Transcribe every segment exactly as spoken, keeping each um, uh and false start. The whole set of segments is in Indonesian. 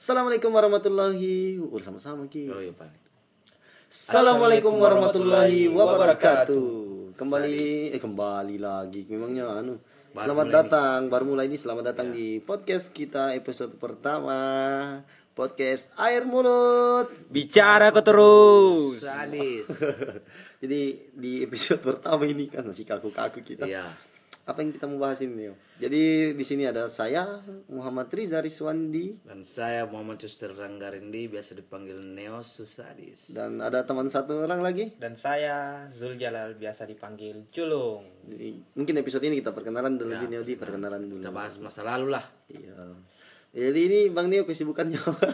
Assalamualaikum warahmatullahi wabarakatuh. Sama-sama Ki. Oh iya, Pak. Assalamualaikum warahmatullahi wabarakatuh. Kembali eh kembali lagi. Memangnya anu. Baru Selamat mulai datang, baru mulai ini selamat datang di podcast kita episode pertama. Podcast Air Mulut. Bicara kau terus. Sadis. Jadi di episode pertama ini kan masih kaku-kaku kita. Iya. Apa yang kita mau bahas ini, Neo? Jadi di sini ada saya Muhammad Riza Riswandi Dan saya Muhammad Custer Ranggarindi, biasa dipanggil Neo Susadis. dan ada teman satu orang lagi. Dan saya Zul Jalal, biasa dipanggil Culung. Jadi mungkin episode ini kita perkenalan dulu, Ya, di Neo di perkenalan dulu. Kita bahas masa lalu lah. Iya. Jadi ini Bang Neo kesibukannya apa?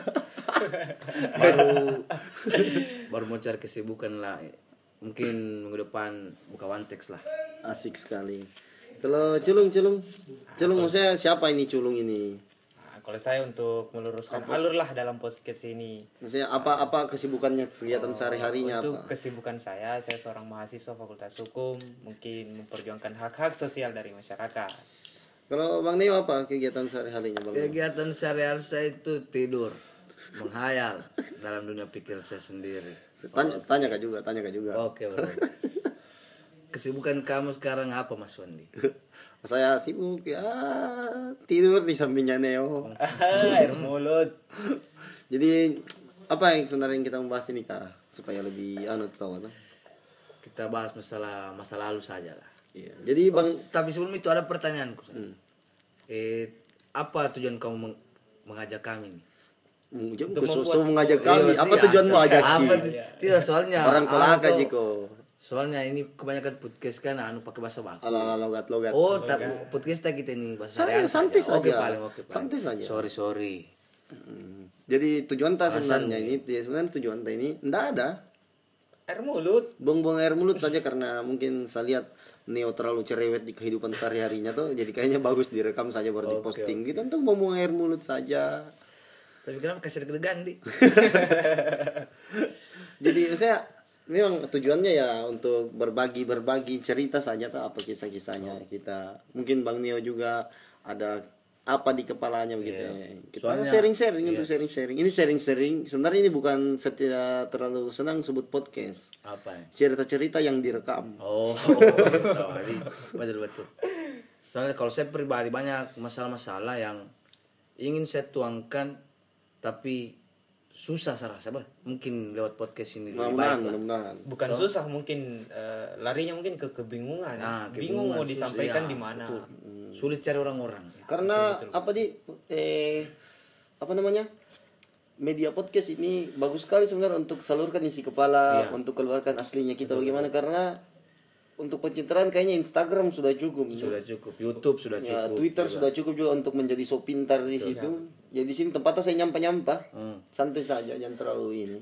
Baru baru mau cari kesibukan lah. Mungkin minggu depan buka Wantex lah. Asik sekali. Kalau Culung, Culung, Culung maksudnya siapa ini Culung ini? Nah, kalau saya untuk meluruskan alur lah dalam podcast ini. Maksudnya apa apa kesibukannya, kegiatan sehari-harinya Untuk apa? kesibukan saya, saya seorang mahasiswa Fakultas Hukum, mungkin memperjuangkan hak-hak sosial dari masyarakat. Kalau Bang Neo apa kegiatan sehari-harinya Bang Neo? Kegiatan sehari-hari saya itu tidur, menghayal dalam dunia pikir saya sendiri. Tanya, tanya kak juga, tanya kak juga. Oke, bro. Kesibukan kamu sekarang apa, Mas Wandi? Saya sibuk ya tidur di sampingnya Neo. Air mulut. Jadi apa yang sebenarnya yang kita membahas ini kak supaya lebih anu tahu tuh? Kita bahas masalah masa lalu saja lah. Iya. Jadi Bang, Oh, tapi sebelum itu ada pertanyaanku. Hmm. Eh, apa tujuan kamu meng- mengajak kami nih? Jangan Untuk so, membuat- so mengajak kami. Iya, Apa iya, tujuanmu apa- ajak Apa Ki? tu- tidak soalnya Orang anu kolaka tuh- Jiko. Soalnya ini kebanyakan podcast kan anu pakai bahasa baku. Ala-ala logat-logat. Oh, tapi podcast kita ini bahasa Santai- real santai saja. Oke, saja. paling oke. paling. Santai saja. Sorry, sorry. Hmm. Jadi tujuan tak Alasan sebenarnya ini, ya sebenarnya tujuan tak ini enggak ada. Air mulut. Buang-buang air mulut saja karena mungkin saya lihat Neo terlalu cerewet di kehidupan sehari-harinya tuh, jadi kayaknya bagus direkam saja baru Oke, diposting. Gitu untuk buang air mulut saja. Tapi kenapa kasih deg-degan di? Jadi saya memang tujuannya ya untuk berbagi berbagi cerita saja tuh apa kisah-kisahnya kita. Mungkin Bang Neo juga ada apa di kepalanya begitu. Iya. Kita Soalnya- sharing-sharing untuk yes. sharing-sharing. Ini sharing-sharing. Sebenarnya ini bukan setia terlalu senang sebut podcast. Apa ya? Cerita-cerita yang direkam. Oh, tahu tadi. Betul betul. Soalnya kalau saya pribadi banyak masalah-masalah yang ingin saya tuangkan tapi susah saya rasa bah. Mungkin lewat podcast ini lebih Mudah-mudahan, baik lah. mudah-mudahan. Bukan susah, mungkin eh, larinya mungkin ke kebingungan. Nah, Bingung mau kebingungan, disampaikan susah, di mana. betul. Sulit cari orang-orang. Karena apa di eh apa namanya? Media podcast ini bagus sekali sebenarnya untuk salurkan isi kepala, Iya. untuk keluarkan aslinya kita bagaimana karena untuk pencitraan kayaknya Instagram sudah cukup. Sudah cukup. YouTube sudah Ya, cukup. Twitter juga. sudah cukup juga untuk menjadi so pintar di situ. Ya di sini tempatnya saya nyampa-nyampa. Hmm. Santai saja, jangan terlalu ini.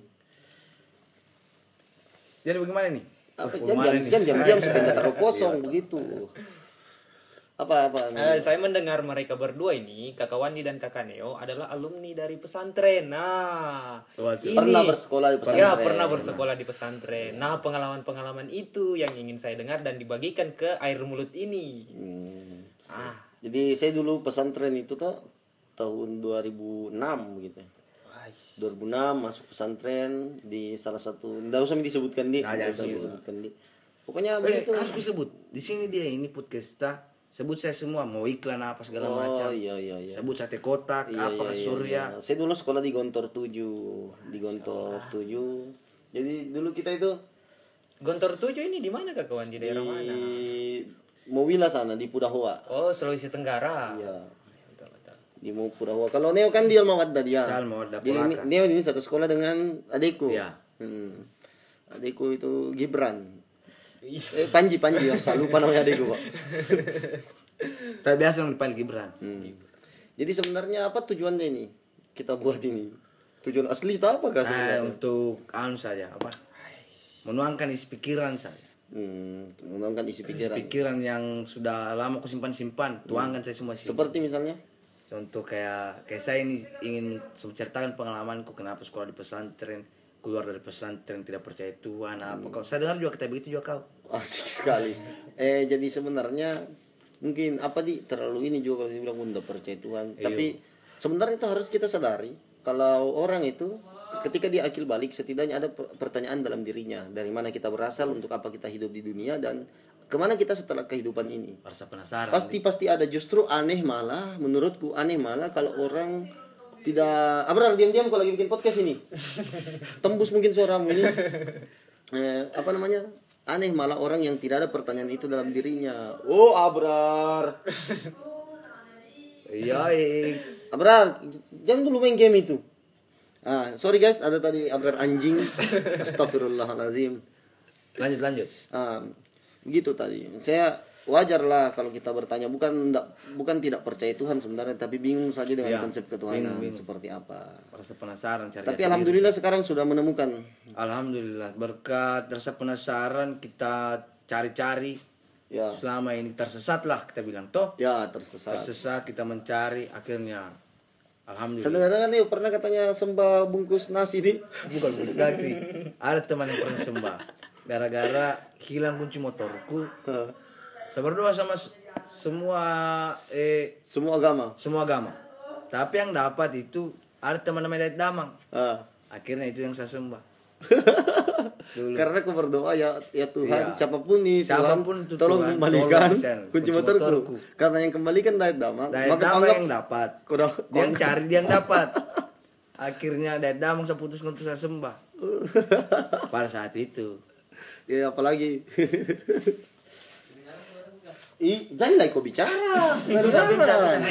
Jadi bagaimana nih? Apa Oh, jangan kemana jangan nih? jangan diam-diam supaya tidak terlalu kosong Iya, begitu. Apa apa? Eh, saya mendengar mereka berdua ini, Kakak Wandi dan Kakak Neo adalah alumni dari pesantren. Nah, Waduh. ini Pernah bersekolah di pesantren. Ya, pernah bersekolah di pesantren. Nah, pengalaman-pengalaman itu yang ingin saya dengar dan dibagikan ke air mulut ini. Hmm. Ah, Jadi saya dulu pesantren itu tuh tahun dua ribu enam gitu. dua ribu enam masuk pesantren di salah satu, enggak usah disebutkan di, Nah, enggak jangan usah disebutkan di. Pokoknya Eh, begitu. harus kusebut. Di sini dia ini podcast kita. Sebut saya semua, mau iklan apa segala Oh macam. iya iya iya. Sebut sate kotak, Iya, apa iya, ke iya, Surya. iya. Saya dulu sekolah di Gontor tujuh, di Gontor tujuh. Jadi dulu kita itu Gontor tujuh ini di mana Kakak Wandi? Daerah mana? di Mowila sana di Pudahoa. Oh, Sulawesi Tenggara. Iya. Betul, betul. Di Mau Pudahoa. Kalau Neo kan di Almawaddah dia. Saya Almawaddah, Jadi ini- Polaka. Neo ini satu sekolah dengan adikku. Iya. Hmm. Adikku itu Gibran. Is- Eh Panji Panji ya, saya lupa namanya adikku, Pak. Tapi biasa yang dipanggil Gibran. Hmm. Jadi sebenarnya apa tujuannya ini? Kita buat ini. Tujuan asli itu apa kah Nah, sebenarnya? untuk anu saja apa? Menuangkan isi pikiran saya. Hmm, menuangkan isi Isi pikiran. pikiran yang sudah lama aku simpan-simpan, tuangkan saya semua sih. Seperti misalnya? Contoh kayak kayak saya ini ingin menceritakan pengalamanku kenapa sekolah di pesantren, keluar dari pesantren tidak percaya Tuhan apa. Kau saya dengar juga kata begitu juga kau. Asik sekali. Eh jadi sebenarnya mungkin apa di terlalu ini juga kalau dibilang bunda percaya Tuhan. Iya. Tapi sebenarnya itu harus kita sadari kalau orang itu ketika dia akil balik setidaknya ada pertanyaan dalam dirinya, dari mana kita berasal, untuk apa kita hidup di dunia, dan kemana kita setelah kehidupan ini. Rasa penasaran. Pasti pasti ada. Justru aneh malah, menurutku aneh malah kalau orang tidak. Abrar diam-diam kalau lagi bikin podcast ini. Tembus mungkin suaramu ini. Eh, apa namanya? Aneh malah orang yang tidak ada pertanyaan itu dalam dirinya. Oh Abrar. Iya, iya. Abrar, jangan dulu main game itu. Ah, sorry guys, ada tadi Abrar anjing. Astagfirullahaladzim. Lanjut lanjut. Ah, begitu tadi. Saya wajar lah kalau kita bertanya, bukan bukan tidak percaya Tuhan sebenarnya, tapi bingung saja dengan Ya, konsep ketuhanan bingung, bingung. seperti apa. Rasa penasaran cari. Tapi alhamdulillah sekarang sudah menemukan. Alhamdulillah berkat rasa penasaran kita cari-cari. Ya, Selama ini tersesat lah kita bilang toh. ya tersesat. Tersesat kita mencari akhirnya alhamdulillah. Saudara kan nih pernah katanya sembah bungkus nasi nih. Bukan bukan sih. Ada teman yang pernah sembah. Gara-gara hilang kunci motorku. Saya berdoa sama s- semua eh Semua agama. semua agama. Tapi yang dapat itu ada teman namanya Dait Damang. Ah. Akhirnya itu yang saya sembah. Dulu. Karena aku berdoa ya ya Tuhan, Iya. siapapun nih Siapapun Tuhan, itu tolong Tuhan, kembalikan tolong sen, kunci kunci motorku. motorku. Karena yang kembalikan Dait Damang, Dait maka Damang anggap yang dapat. Udah, Dia yang cari dia yang dapat. Akhirnya Dait Damang saya putus untuk saya sembah. Pada saat itu. ya apalagi. Ih, janganlah kau bicara. Baru Bisa, bisa, sama. bisa.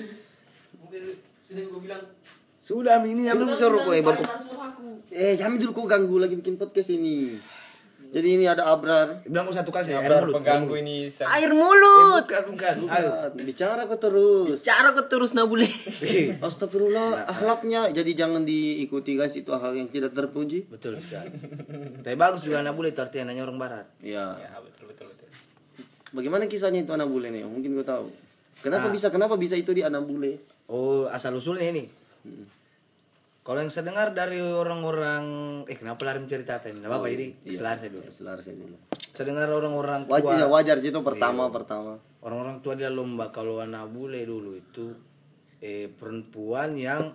Sudah ini yang belum seru kok eh, baru kok- Eh, jangan dulu kau ganggu lagi bikin podcast ini. Jadi ini ada Abrar. bilang kok satu kali saya air Abrar mulut. pengganggu ini. San. Air mulut. Bukan, bukan. Ayo. Ah, bicara kau terus. Cara kau terus na boleh. Astagfirullah, akhlaknya. Jadi jangan diikuti guys, itu hal yang tidak terpuji. Betul sekali. Tapi bagus juga anak bule itu artinya nanya orang barat. Ya. Ya, betul betul betul. Bagaimana kisahnya itu anak bule nih? Mungkin kau tahu. Kenapa Ah. bisa kenapa bisa itu di anak bule? Oh, asal usulnya ini. Kalau yang saya dengar dari orang-orang eh kenapa lari menceritakan? Enggak apa-apa ini. Iya. Selar saya dulu. Selarasnya dulu. Saya dengar orang-orang tua. Wajar, wajar itu pertama pertama. Orang-orang tua dia lomba kalau anak bule dulu itu eh perempuan yang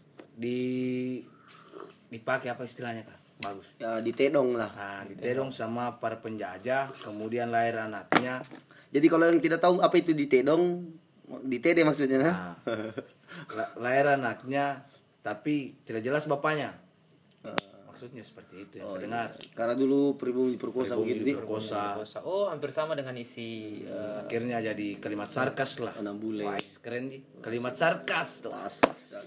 di dipakai apa istilahnya Kak? Bagus. Ya ditedong lah. Nah, ditedong sama para penjajah, kemudian lahir anaknya. Jadi kalau yang tidak tahu apa itu ditedong, ditede maksudnya. Nah. Nah, la- lahir anaknya tapi tidak jelas bapaknya. Maksudnya seperti itu yang saya dengar. Karena dulu pribumi diperkosa begitu nih. Perkosa. Oh, hampir sama dengan isi eh, Akhirnya jadi kalimat sarkas lah. Anak bule. Wah, keren nih. Kalimat sarkas. Asik sekali.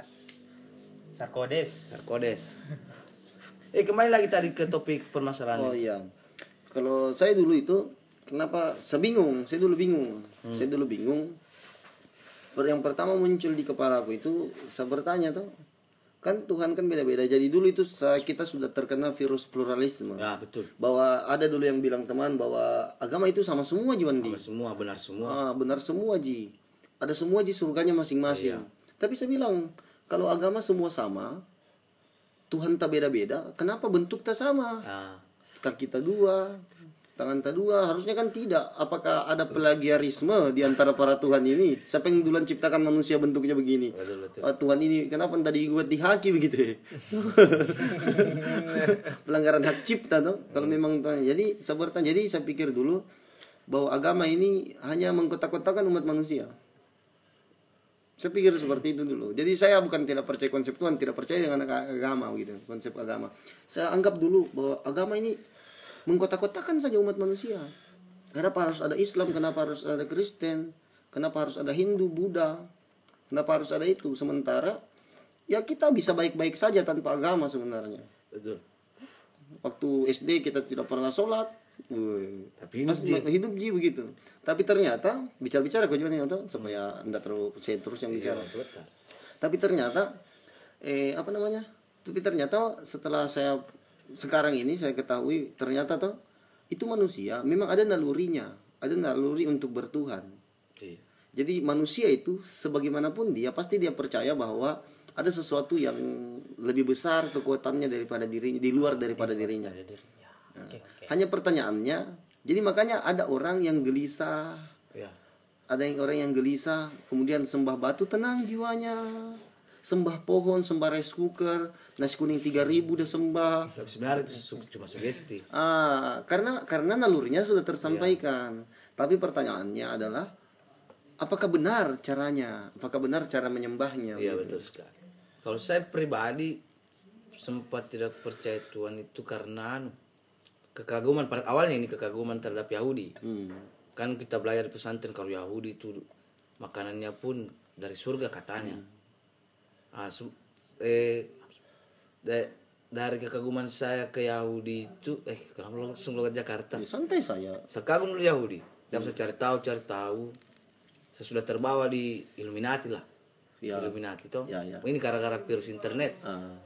Sarkodes. Sarkodes. Eh kembali lagi tadi ke topik permasalahan. Oh iya. Kalau saya dulu itu kenapa saya bingung, saya dulu bingung. Hmm. Saya dulu bingung. Per- Yang pertama muncul di kepala aku itu saya bertanya tuh, kan Tuhan kan beda-beda. Jadi dulu itu sa- kita sudah terkena virus pluralisme. Ya betul. Bahwa ada dulu yang bilang teman bahwa agama itu sama semua Jiwandi. Sama semua benar semua. Ah, benar semua Ji. Ada semua Ji surganya masing-masing. Iya. Tapi saya bilang kalau agama semua sama, Tuhan tak beda-beda, kenapa bentuk tak sama? Nah, Kaki tak dua, tangan tak dua, harusnya kan tidak. Apakah ada plagiarisme di antara para Tuhan ini? Siapa yang duluan ciptakan manusia bentuknya begini? betul betul. Oh, Tuhan ini kenapa tadi buat di haki begitu ya? Pelanggaran hak cipta tuh. Kalau memang Tuhan. Jadi saya bertanya, jadi saya pikir dulu bahwa agama ini hanya mengkotak-kotakan umat manusia. Saya pikir seperti itu dulu. Jadi saya bukan tidak percaya konsep Tuhan, tidak percaya dengan agama gitu, konsep agama. Saya anggap dulu bahwa agama ini mengkotak-kotakan saja umat manusia. Kenapa harus ada Islam, kenapa harus ada Kristen, kenapa harus ada Hindu, Buddha, kenapa harus ada itu? Sementara ya kita bisa baik-baik saja tanpa agama sebenarnya. Betul. Waktu S D kita tidak pernah sholat, woi, Tapi hidup Mas- hidup ji begitu. Tapi ternyata bicara-bicara kau juga nih atau supaya anda terus saya terus yang bicara. Tapi ternyata eh apa namanya? Tapi ternyata setelah saya sekarang ini saya ketahui ternyata toh itu manusia memang ada nalurinya, ada naluri untuk bertuhan. Iya. Jadi manusia itu sebagaimanapun dia pasti dia percaya bahwa ada sesuatu yang lebih besar kekuatannya daripada dirinya, di luar daripada dirinya. Nah, hanya pertanyaannya, jadi makanya ada orang yang gelisah, Ya. ada yang orang yang gelisah, kemudian sembah batu tenang jiwanya. sembah pohon, sembah rice cooker, nasi kuning tiga ribu udah sembah. Tapi sebenarnya itu su- cuma sugesti. Ah, karena karena nalurinya sudah tersampaikan. Tapi pertanyaannya adalah apakah benar caranya? Apakah benar cara menyembahnya? Iya gitu. betul sekali. Kalau saya pribadi sempat tidak percaya Tuhan itu karena anu, kekaguman pada awalnya ini kekaguman terhadap Yahudi. Hmm. Kan kita belajar di pesantren kalau Yahudi itu makanannya pun dari surga katanya. Ah, su- eh da- dari kekaguman saya ke Yahudi itu eh kenapa langsung ke Jakarta? Ya, santai saja. Saya kagum dulu Yahudi. Saya bisa cari tahu, cari tahu. Saya sudah terbawa di Illuminati lah. Ya. Illuminati toh. Ya, ya. Ini gara-gara virus internet. Ah.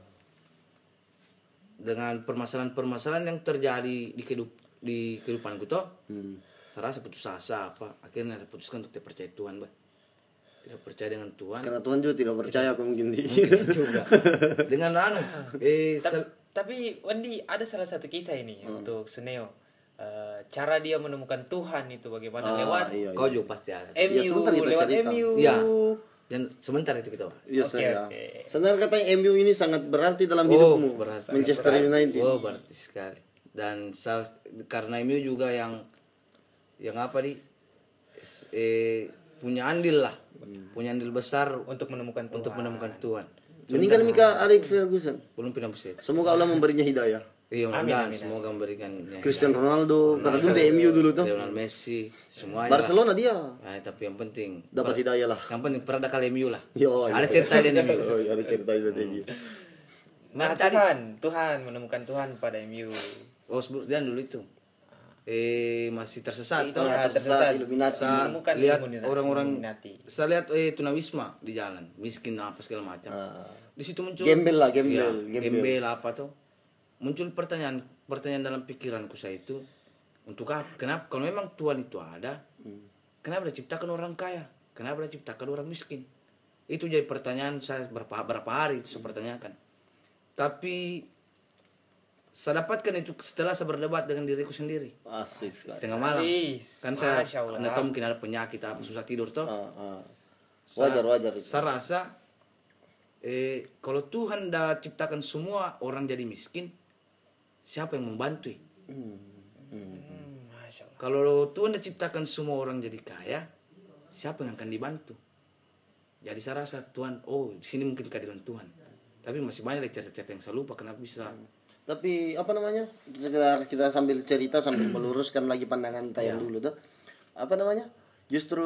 Dengan permasalahan-permasalahan yang terjadi di kehidup di kehidupanku toh. Hmm. Saya rasa putus asa apa. Akhirnya saya putuskan untuk tidak percaya Tuhan, Bah. Tidak percaya dengan Tuhan. Karena Tuhan juga tidak percaya aku mungkin di. Mungkin juga. Dengan anu eh Ta- sel- Tapi Wandi ada salah satu kisah ini untuk Seneo. Eh, cara dia menemukan Tuhan itu bagaimana Ah, lewat iya, iya. kau juga pasti ada. M U, Ya, sebentar kita lewat cerita. M U. Iya. Dan sebentar itu kita bahas. Iya Oke, saya. oke. Sebenarnya katanya M U ini sangat berarti dalam Oh, hidupmu. berarti. Manchester United. Oh, berarti sekali. Dan sal, karena M U juga yang yang apa nih? S- Eh punya andil lah. Punya andil besar Untuk menemukan Tuhan. untuk menemukan Tuhan. Meninggal Mika Alex Ferguson. Belum pindah pusat. Semoga Allah memberinya hidayah. Iya, mudah semoga memberikan Cristiano Ronaldo, karena dulu di M U dulu tuh. Lionel Messi, semuanya. lah. Barcelona dia Nah, tapi yang penting dapat hidayah lah. yang penting pernah ada kali M U lah. Yo, Ada cerita di M U. Oh, iya, ada cerita itu tadi. Nah, Tuhan, Tuhan menemukan Tuhan pada M U. Oh, sebelum dan dulu itu. Eh masih tersesat toh. Ya, tersesat, tersesat. Illuminati. Sa- Menemukan lihat Illuminati. orang-orang Illuminati. saya lihat eh tunawisma di jalan, miskin apa segala macam. Ah. Di situ muncul Gembel lah, gembel, Iya, gembel. gembel apa tuh? Muncul pertanyaan pertanyaan dalam pikiranku saya itu untuk apa? Kenapa kalau memang Tuhan itu ada, kenapa dia ciptakan orang kaya? Kenapa dia ciptakan orang miskin? Itu jadi pertanyaan saya berapa berapa hari itu saya pertanyakan. Tapi saya dapatkan itu setelah saya berdebat dengan diriku sendiri Asik sekali. setengah malam. Hadis. Kan saya Masya Allah. nggak tahu mungkin ada penyakit apa susah tidur toh. Ah, ah. Wajar, wajar itu. Saya rasa eh kalau Tuhan dah ciptakan semua orang jadi miskin, siapa yang membantu? Hmm. Hmm. Hmm, Masya Allah. Kalau Tuhan dah ciptakan semua orang jadi kaya, siapa yang akan dibantu? Jadi saya rasa Tuhan, oh di sini mungkin keadilan Tuhan. Tapi masih banyak lagi cerita-cerita yang saya lupa kenapa bisa. Tapi apa namanya? Sekedar kita sambil cerita sambil meluruskan lagi pandangan tayang dulu tuh. Apa namanya? Justru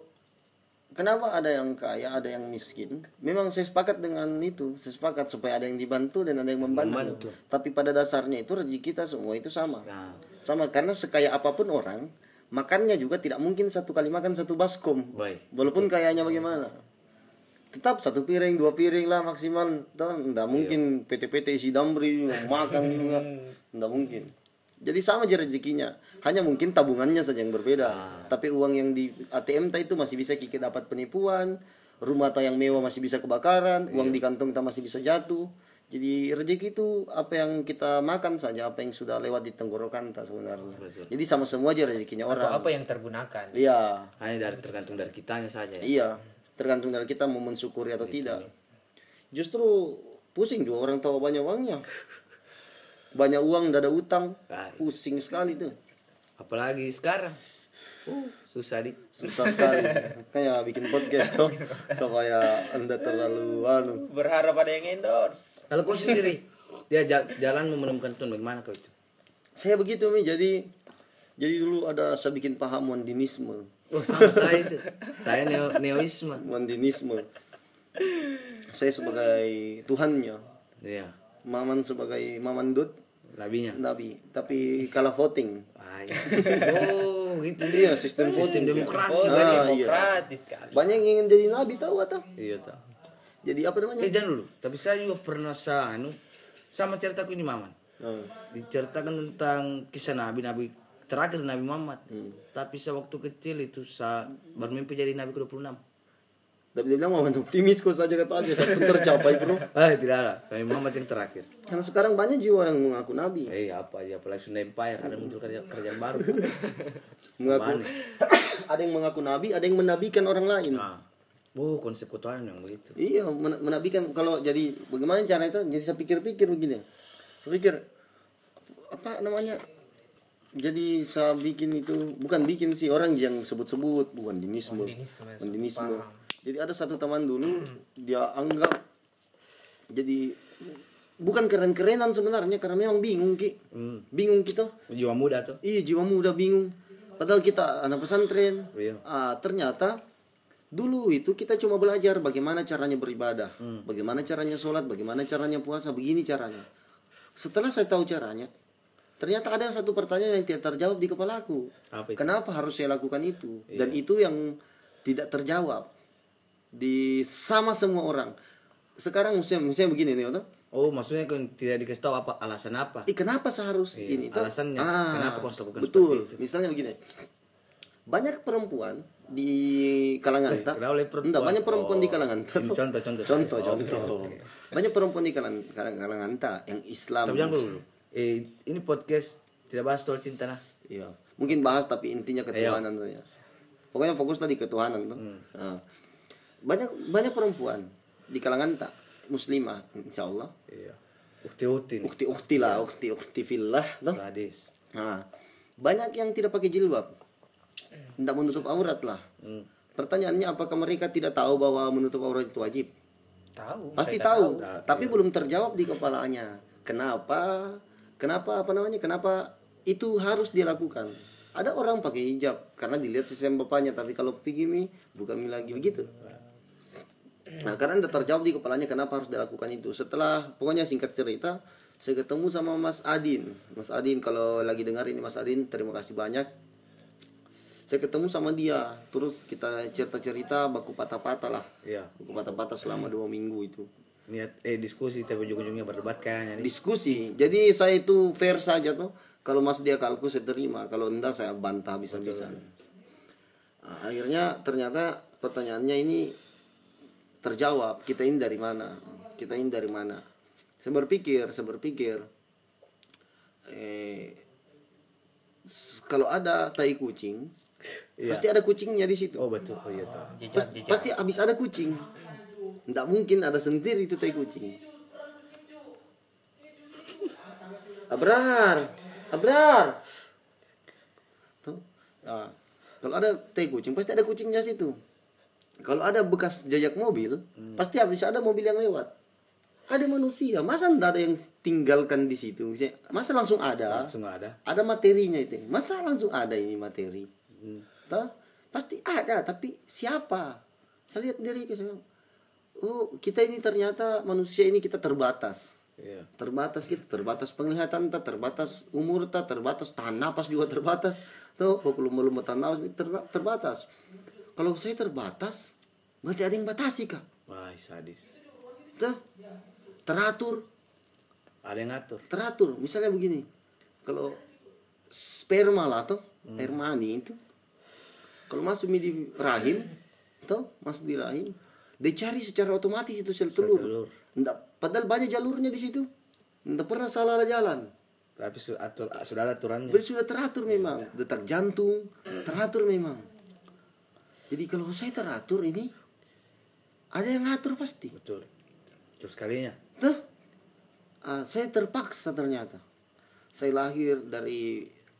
kenapa ada yang kaya, ada yang miskin? Memang saya sepakat dengan itu. Saya sepakat supaya ada yang dibantu dan ada yang membantu. Membantu. Tapi pada dasarnya itu rezeki kita semua itu sama. Nah, Sama karena sekaya apapun orang, makannya juga tidak mungkin satu kali makan satu baskom. baik. Walaupun kayanya bagaimana. Tetap satu piring, dua piring lah maksimal. Tidak mungkin P T P T isi damri makan juga. Tidak mungkin. Jadi sama aja rezekinya. Hanya mungkin tabungannya saja yang berbeda. Tapi uang yang di A T M ta itu masih bisa kita dapat penipuan. Rumah ta yang mewah masih bisa kebakaran. Uang di kantong ta masih bisa jatuh. Jadi rezeki itu apa yang kita makan saja, apa yang sudah lewat di tenggorokan ta sebenarnya. Jadi sama semua aja rezekinya Atau orang. apa yang tergunakan. Iya. hanya dari tergantung dari kitanya saja. Ya. Iya, tergantung dari kita mau mensyukuri atau tidak. Justru pusing juga orang tahu banyak uangnya. Banyak uang, tidak ada utang. Ah, Pusing sekali tuh. apalagi sekarang. Uh, susah di. Susah sekali. Makanya bikin podcast toh supaya Anda terlalu anu. Berharap ada yang endorse. Kalau kau sendiri, dia ja- jalan mau menemukan Tuhan bagaimana kau itu? Saya begitu Mi, jadi jadi dulu ada saya bikin paham Mondinisme. Oh sama saya itu. Saya neo neoisme. Mondinisme. Saya sebagai Tuhannya, Iya. Maman sebagai Mamandut, Nabinya. Nabi. Tapi kalah voting. Ay. Oh gitu Iya, sistem Sistem voting. demokrasi. Oh, Ah, iya. demokratis sekali. Banyak yang ingin jadi nabi tahu atau? Iya tak. Jadi apa namanya? Eh jangan dulu. Tapi saya juga pernah sa anu sama ceritaku ini Maman. Oh. Diceritakan tentang kisah Nabi Nabi terakhir Nabi Muhammad. Hmm. Tapi saya waktu kecil itu saya bermimpi jadi Nabi ke dua puluh enam. Tapi dia bilang Muhammad optimis kok saja kata aja sampai tercapai bro. Ah tidak ada. Nabi Muhammad yang terakhir. Karena sekarang banyak jiwa yang mengaku nabi, Eh apa aja apalagi Sunda Empire ada muncul kerja kerjaan baru. mengaku Apaan nih? ada yang mengaku nabi, ada yang menabikan orang lain. Nah, Oh, konsep ketuhanan yang begitu. Iya, men- menabikan. Kalau jadi bagaimana cara itu? Jadi saya pikir-pikir begini. Saya pikir apa namanya? Jadi saya bikin itu bukan bikin sih, orang yang sebut-sebut bukan dinisme. Ondinisme, Ondinisme. paham. Jadi ada satu teman dulu dia anggap jadi bukan keren-kerenan sebenarnya karena memang bingung Ki. Hmm. Bingung kita. Jiwa muda tuh. Iya, jiwa muda bingung. Padahal kita anak pesantren. Iya. Ah, ternyata dulu itu kita cuma belajar bagaimana caranya beribadah, Hmm. bagaimana caranya sholat, bagaimana caranya puasa, begini caranya. Setelah saya tahu caranya, ternyata ada satu pertanyaan yang tidak terjawab di kepalaku. Apa itu? Kenapa harus saya lakukan itu? Iya. Dan itu yang tidak terjawab di sama semua orang. Sekarang misalnya, misalnya begini nih, Oto. Oh, maksudnya kan tidak dikasih tahu apa alasan apa? Eh, kenapa saya harus Iya, ini? Toh? alasannya. Kenapa kau harus lakukan betul. seperti itu? Misalnya begini. Banyak perempuan di kalangan Eh, tak? kenapa oleh perempuan? Enggak, banyak perempuan di Oh, kalangan tak? ini contoh, contoh. Contoh, Oh, contoh. oke, oke. Banyak perempuan di kalangan kalangan tak yang Islam. Tapi jangan dulu. Eh, ini podcast tidak bahas soal cinta nah. Iya. Mungkin bahas tapi intinya ketuhanan saja. Pokoknya fokus tadi ketuhanan tuh. Hmm. Nah, banyak banyak perempuan di kalangan tak muslimah insyaallah. Iya. Ukti-ukti nih. Ukti-ukti lah, ukti-ukti fillah tuh. Sadis. Nah, banyak yang tidak pakai jilbab. Tidak menutup aurat lah. Hmm. Pertanyaannya apakah mereka tidak tahu bahwa menutup aurat itu wajib? Tahu. Pasti mereka tahu, tahu. tapi belum terjawab di kepalanya. Kenapa? Kenapa apa namanya? Kenapa itu harus dilakukan? Ada orang pakai hijab karena dilihat sesama bapaknya, tapi kalau pergi mi bukan mi lagi begitu. Nah, karena tidak terjawab di kepalanya kenapa harus dilakukan itu. Setelah pokoknya singkat cerita, saya ketemu sama Mas Adin. Mas Adin kalau lagi dengar ini Mas Adin, terima kasih banyak. Saya ketemu sama dia, terus kita cerita-cerita baku patah-patah lah. Iya. Baku patah-patah selama dua minggu itu. Niat eh diskusi tapi ujung-ujungnya berdebat kan. Jadi Diskusi. Jadi saya itu fair saja tuh. Kalau mas dia kalku saya terima, kalau enggak saya bantah bisa-bisa. Nah, akhirnya ternyata pertanyaannya ini terjawab. Kita ini dari mana? Kita ini dari mana? Saya berpikir, saya berpikir eh s- kalau ada tai kucing, Iya. pasti ada kucingnya di situ. Oh betul. Oh iya tahu. Jejak, Pas- jejak. pasti habis ada kucing. Nggak mungkin ada sendiri itu tai kucing. Abrar, Abrar. Tuh. Nah, kalau ada tai kucing pasti ada kucingnya situ. Kalau ada bekas jejak mobil, Hmm. pasti habis ada mobil yang lewat. Ada manusia, masa nggak ada yang tinggalkan di situ? Masa langsung ada? Langsung ada. Ada materinya itu. Masa langsung ada ini materi? Hmm. Toh? Pasti ada, tapi siapa? Saya lihat diri saya. Oh, kita ini ternyata manusia ini kita terbatas. Iya. Terbatas kita, terbatas penglihatan, tak terbatas umur, tak terbatas tahan napas juga terbatas. Tuh, pokok lumba-lumba tahan napas ter- terbatas. Kalau saya terbatas, berarti ada yang batasi kak. Wah, sadis. Tuh, teratur, Ada yang ngatur. teratur. Misalnya begini, kalau sperma lah tuh, Hmm. air mani itu, kalau masuk di rahim, tuh masuk di rahim, dia cari secara otomatis itu sel telur. telur. Nggak, padahal banyak jalurnya di situ. Nggak pernah salah jalan. Tapi su- atur, sudah ada aturannya. Berarti sudah teratur memang. Detak jantung teratur memang. Jadi kalau saya teratur ini ada yang ngatur pasti. Betul. Terus kalinya. Tuh, ah, saya terpaksa ternyata. Saya lahir dari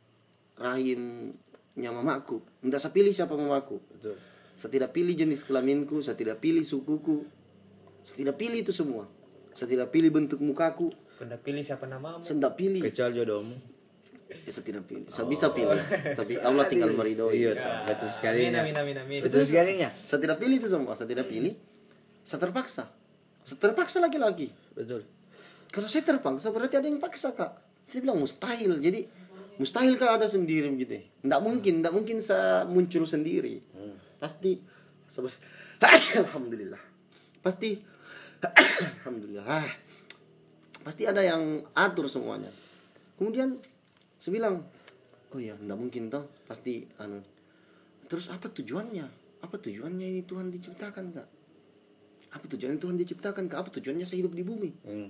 rahimnya mamaku. Tidak saya pilih siapa mamaku. Betul. Saya tidak pilih jenis kelaminku, saya tidak pilih sukuku. Saya tidak pilih itu semua. Saya tidak pilih bentuk mukaku. Kena pilih siapa namamu? Saya tidak pilih. Kecuali jodohmu. Ya, saya tidak pilih. Saya bisa pilih. Tapi Allah tinggal meridoi. Iya, tahu. Betul sekali. Amin, amin, amin, amin. Betul sekalinya. Saya tidak pilih itu semua. Saya tidak pilih. Saya terpaksa. Saya terpaksa laki-laki. Betul. Kalau saya terpaksa berarti ada yang paksa kak. Saya bilang mustahil. Jadi mustahil kak ada sendiri gitu. Tidak mungkin. Tidak mungkin saya muncul sendiri. Hmm. Pasti. Alhamdulillah. Pasti. Alhamdulillah. Pasti ada yang atur semuanya. Kemudian saya bilang, oh ya tidak mungkin toh. Pasti anu. Terus apa tujuannya? Apa tujuannya ini Tuhan diciptakan kak? Apa tujuannya Tuhan diciptakan kak? Apa tujuannya saya hidup di bumi? Hmm.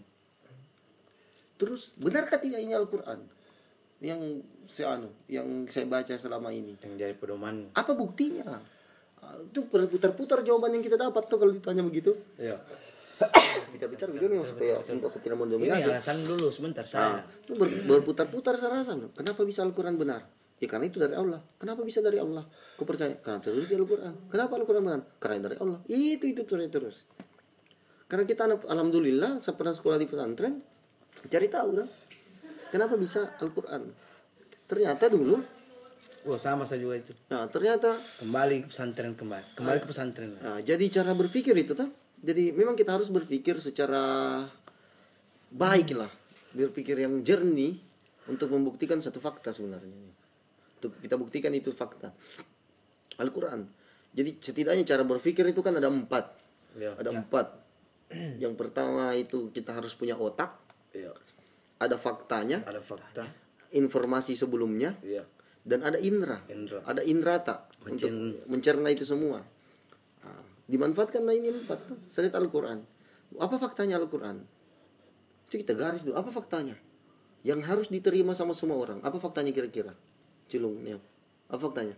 Terus benarkah tidak ini Al-Quran yang saya anu, yang saya baca selama ini? Yang jadi pedoman. Apa buktinya? Itu berputar-putar jawaban yang kita dapat tuh kalau ditanya begitu. Iya. Kita bicara begini supaya untuk tidak Ini mendominasi. alasan dulu sebentar saya. Itu ber- berputar-putar saya rasa. Kenapa bisa Al-Quran benar? Ya karena itu dari Allah. Kenapa bisa dari Allah? Kau percaya? Karena terus di Al-Quran. Kenapa Al-Quran benar? Karena dari Allah. Itu itu terus terus. Karena kita alhamdulillah saya pernah sekolah di pesantren, cari tahu kan. Kenapa bisa Al-Quran? Ternyata dulu, Oh, sama saya juga itu. nah ternyata, Kembali ke pesantren kembali. Kembali ke pesantren. nah, jadi cara berpikir itu tuh. Jadi memang kita harus berpikir secara baik lah, berpikir yang jernih untuk membuktikan satu fakta sebenarnya. Untuk kita buktikan itu fakta Al-Quran. Jadi setidaknya cara berpikir itu kan ada empat, Iya. ada empat. Yang pertama itu kita harus punya otak, Iya. ada faktanya, Ada fakta. informasi sebelumnya, Iya. dan ada indera, Indra. ada indrata untuk Mencen- mencerna itu semua. Nah, dimanfaatkanlah ini empat tuh. Saya lihat Al-Quran. Apa faktanya Al-Quran? Itu kita garis dulu. Apa faktanya? Yang harus diterima sama semua orang. Apa faktanya kira-kira? Cilung, Neo. Apa faktanya?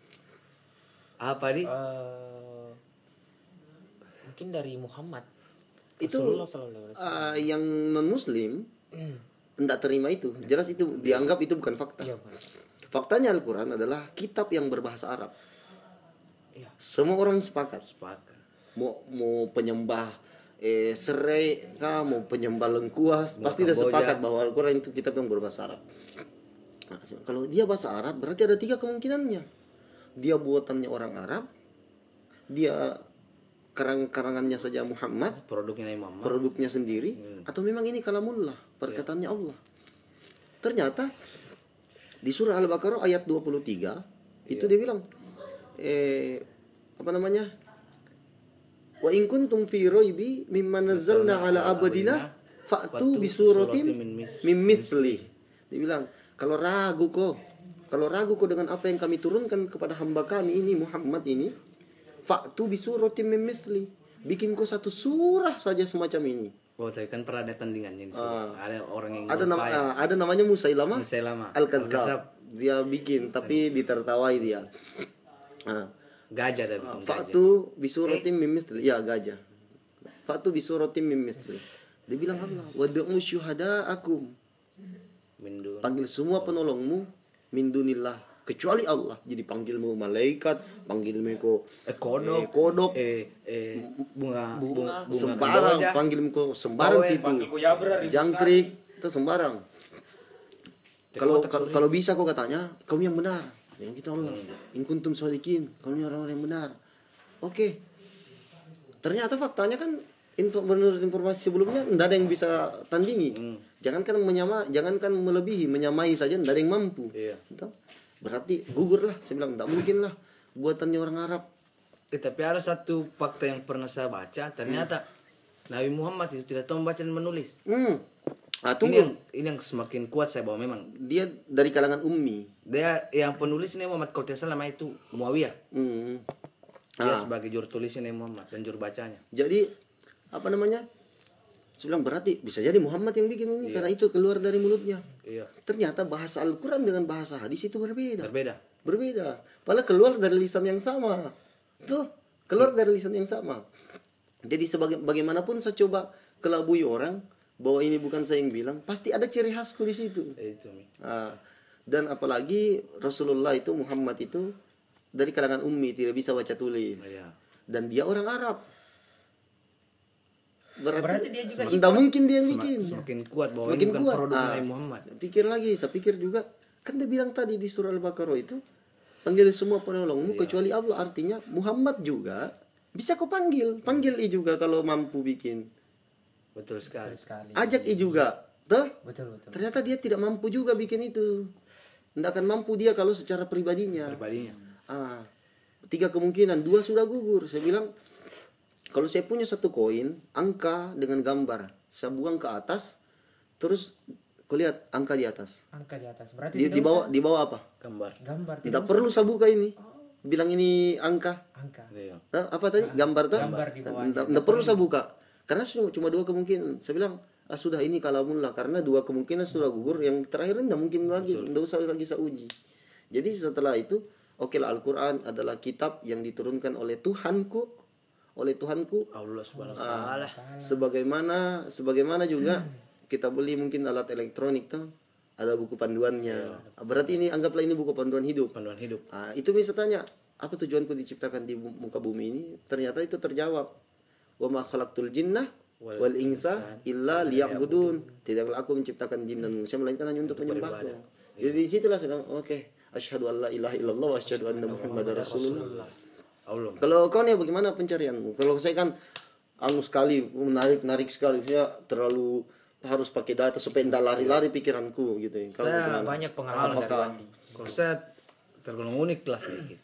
Apa di? Eh, mungkin dari Muhammad. Itu Rasulullah sallallahu alaihi wasallam. uh, yang non Muslim tidak terima itu. Jelas itu dianggap itu bukan fakta. Iya, Pak. Faktanya Al-Quran adalah kitab yang berbahasa Arab. Iya. Semua orang sepakat. Sepakat. Mau mau penyembah eh serai kah, mau penyembah lengkuas, Mau pasti dia Kamboja. sepakat bahwa Al-Quran itu kitab yang berbahasa Arab. Nah, kalau dia bahasa Arab berarti ada tiga kemungkinannya. Dia buatannya orang Arab, dia karang-karangannya saja Muhammad, Produknya Nabi Muhammad. produknya sendiri, atau memang ini kalamullah, perkataannya Allah. Ternyata di surah Al-Baqarah ayat dua puluh tiga itu dia bilang eh apa namanya? Wa in kuntum fi raibi mimma nazzalna ala abdina fa'tu bi suratin min mithli. Dia bilang, kalau ragu kok, kalau ragu kok dengan apa yang kami turunkan kepada hamba kami ini Muhammad ini, fa'tu bi suratin min mithli. Bikin kau satu surah saja semacam ini. Oh, tapi kan pernah ada tandingannya di sini. Ah. Ada orang yang Ada nama berupaya. ah, ada namanya Musailamah Musailamah Al-Kadzdzab. Al-Kadzdzab. Dia bikin tapi ditertawai dia. Ah. Gajah dah bikin gajah. Fa'tu bisuratim min mithli. Ya, gajah. Fa'tu bisuratim min mithli. Dia bilang Allah, wad'u syuhada'akum. Mindu. Panggil semua penolongmu min dunillah, kecuali Allah. Jadi panggilmu malaikat, panggilmu ko Eh kodok. eh, kodok, Eh eh bunga bunga, bunga sembarang, kamboja. panggilmu ko sembarang Bawen, situ. Panggil kuyabra ribu Jangkrik, itu sembarang. Kalau otak kalau suri. kalau bisa kau katanya, kamu yang benar. Yang kita Allah. In kuntum shodiqin, kamu orang-orang yang benar. Oke. Ternyata faktanya kan info, menurut informasi sebelumnya tidak ada yang bisa tandingi. Hmm. Jangankan menyama, jangankan melebihi, menyamai saja tidak ada yang mampu. Iya. Gitu. Berarti gugur lah. Saya bilang tidak mungkin lah buatannya orang Arab. Eh, tapi ada satu fakta yang pernah saya baca, ternyata Nabi Muhammad itu tidak tahu membaca dan menulis. Hmm. Ah, Ini tunggu. yang ini yang semakin kuat saya bahwa memang Dia dari kalangan ummi. dia yang penulis ini Muhammad kalau tidak salah nama itu Muawiyah. Hmm. Dia Ah. sebagai juru tulisnya Nabi Muhammad dan juru bacanya. Jadi apa namanya? Saya bilang berarti bisa jadi Muhammad yang bikin ini karena itu keluar dari mulutnya. Iya. Ternyata bahasa Al-Quran dengan bahasa hadis itu berbeda. Berbeda. Berbeda. Padahal keluar dari lisan yang sama. Tuh, keluar dari lisan yang sama. Jadi sebagai bagaimanapun saya coba kelabui orang bahwa ini bukan saya yang bilang, pasti ada ciri khasku di situ. Eh, itu Mi. Ah, dan apalagi Rasulullah itu Muhammad itu dari kalangan ummi, tidak bisa baca tulis. Iya. Dan dia orang Arab. Berarti, Berarti dia juga tidak mungkin dia yang Semak- bikin. semakin kuat bahwa Semakin ini bukan kuat. produk Ah, Nabi Muhammad. Pikir lagi, saya pikir juga kan dia bilang tadi di surah Al-Baqarah itu panggil semua penolongmu kecuali Allah, artinya Muhammad juga bisa kau panggil, panggil i juga kalau mampu bikin. Betul sekali. sekali. Ajak i juga, tuh. Betul betul. Ternyata dia tidak mampu juga bikin itu. Tidak akan mampu dia kalau secara pribadinya. Pribadinya. Ah, tiga kemungkinan, dua sudah gugur. Saya bilang kalau saya punya satu koin, angka dengan gambar, saya buang ke atas, terus kau lihat angka di atas. Angka di atas. Berarti Di, tidak di bawah di bawah apa? Gambar. usah gambar tidak Tidak perlu saya buka ini. Bilang ini angka. angka. Iya. Nah, apa tadi? Gambar tuh? Gambar di bawahnya. Tidak tidak perlu saya buka. Karena cuma, cuma dua kemungkinan. Saya bilang, ah, sudah ini kalamullah karena dua kemungkinan sudah gugur, yang terakhir tidak mungkin lagi, tidak usah lagi saya uji. Jadi setelah itu, oke lah Al-Quran adalah kitab yang diturunkan oleh Tuhanku, oleh Tuhanku. Allah Subhanahu wa Ah, taala. sebagaimana sebagaimana juga kita beli mungkin alat elektronik tuh ada buku panduannya. Berarti ini anggaplah ini buku panduan hidup. Panduan hidup. Ah, itu bisa tanya, apa tujuanku diciptakan di bu- muka bumi ini? Ternyata itu terjawab. Wa ma khalaqtul jinnah wal insa illa liya'budun. Tidaklah aku menciptakan jin dan manusia melainkan hanya untuk menyembahku. Jadi di situlah sedang oke, asyhadu alla ilaha illallah wa asyhadu anna muhammadar rasulullah. Allah. Kalau kau nih bagaimana pencarianmu? Kalau saya kan anu sekali, menarik narik sekali, saya terlalu harus pakai data supaya tidak lari-lari pikiranku gitu ya. Kalau Saya bagaimana? Banyak pengalaman dari Apakah Wandi. Kalau saya tergolong unik lah sedikit.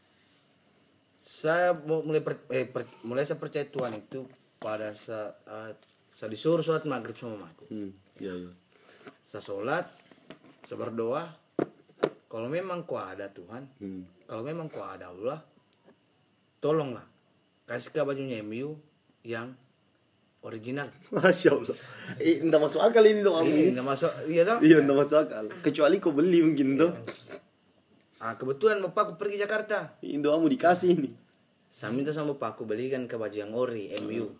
Saya mau mulai per, eh, per- mulai saya percaya Tuhan itu pada saat saya disuruh sholat maghrib sama mamaku. Hmm, iya iya. Saya sholat, saya berdoa. Kalau memang kau ada Tuhan, Hmm. kalau memang kau ada Allah, tolonglah kasih ke bajunya M U yang original. Masya Allah. Eh, enggak masuk akal ini dong kamu. Ini nggak masuk, iya toh? Iya, enggak masuk akal. Kecuali kau beli mungkin tuh. Ah, kebetulan bapakku pergi Jakarta. Ini doamu dikasih ini. Saya minta sama bapakku belikan ke baju yang ori M U.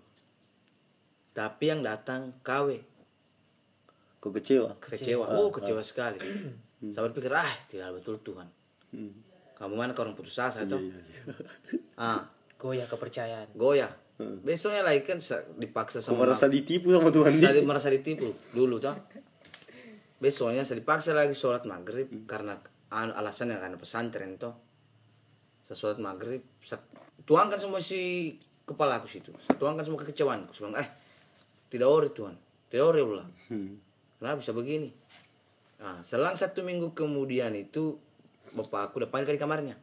Tapi yang datang K W. Kau kecewa. Kecewa. Oh, kecewa sekali. Saya berpikir, ah, tidak betul Tuhan. Hmm. Kamu mana orang putus asa toh? Iya, iya. Ah, Goyah kepercayaan. goyah. Besoknya lagi kan sa- dipaksa Kau sama merasa ditipu sama Tuhan saya ini. merasa ditipu dulu toh. Besoknya saya dipaksa lagi sholat maghrib karena anu, alasannya karena pesantren toh. Saya sholat maghrib, saya tuangkan semua si kepala aku situ. Saya tuangkan semua kekecewaanku. Saya bilang, eh, tidak ori Tuhan, tidak ori Allah. Hmm. Kenapa bisa begini? Nah, selang satu minggu kemudian itu bapak aku udah panggil di kamarnya.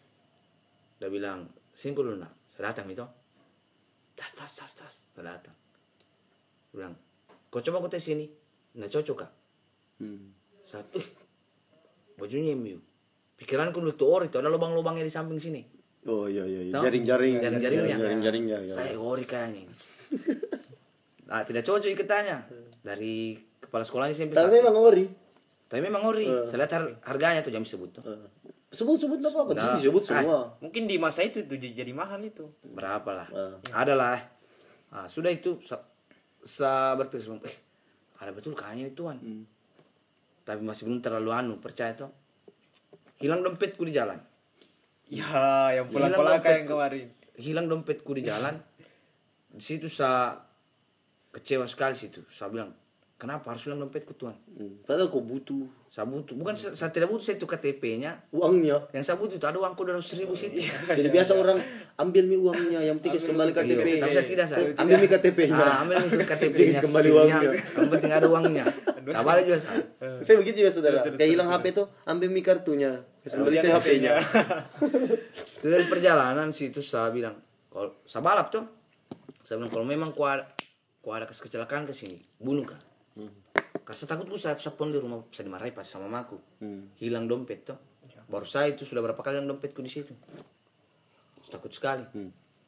Dia bilang, sini dulu nak, saya datang itu. Tas, tas, tas, tas, saya datang. Dia bilang, kau coba aku tes sini, nggak cocok kak. Hmm. Satu, uh, bajunya M U. Pikiranku dulu tuh ori itu ada lubang-lubangnya di samping sini. Oh iya iya iya. Tahu? Jaring-jaring. Jaring-jaringnya. Jaring-jaringnya. ya. Eh, ori kayaknya. ini. Nah, tidak cocok iketannya. Dari kepala sekolahnya sampai Tapi satu. memang ori. Tapi memang ori. Saya lihat har- harganya tuh jam sebut tuh. Sebut-sebut enggak apa-apa, Nah, disebut semua. Mungkin di masa itu tuh jadi jadi mahal itu. Berapa lah? Ah. Ada lah. Nah, sudah itu sa, sa berpikir, eh, ada betul kayaknya ini Tuhan. Hmm. Tapi masih belum terlalu anu, percaya tuh. Hilang dompetku di jalan. Ya, yang Hilang pulang-pulang dompetku. yang kemarin. Hilang dompetku di jalan. Di situ saya kecewa sekali situ. Saya bilang, kenapa harus hilang dompetku Tuhan? Hmm. Padahal kau butuh Saya butuh, bukan saya, saya tidak butuh saya itu K T P-nya. uangnya. Yang saya butuh itu ada uangku dua ratus ribu situ. Jadi biasa orang ambil mi uangnya, yang penting kasih kembali K T P. Iya, tapi saya tidak saya. Ambil mi K T P-nya. Ah, ambil itu K T P-nya. Kasih kembali SIM-nya. uangnya. Yang penting ada uangnya. Nah, balik juga saya. Saya begitu ya saudara. Kayak hilang H P tuh, ambil mi kartunya, kasih kembali saya H P-nya. Sudah di perjalanan situ saya bilang, kalau saya balap tuh, saya bilang kalau memang ku ada, ku ada kecelakaan ke sini, bunuh kan. Karena saya takut saya sapon di rumah saya dimarahi pas sama mamaku. Hmm. Hilang dompet tuh. Baru saya itu sudah berapa kali hilang dompetku di situ. Takut sekali. Hmm.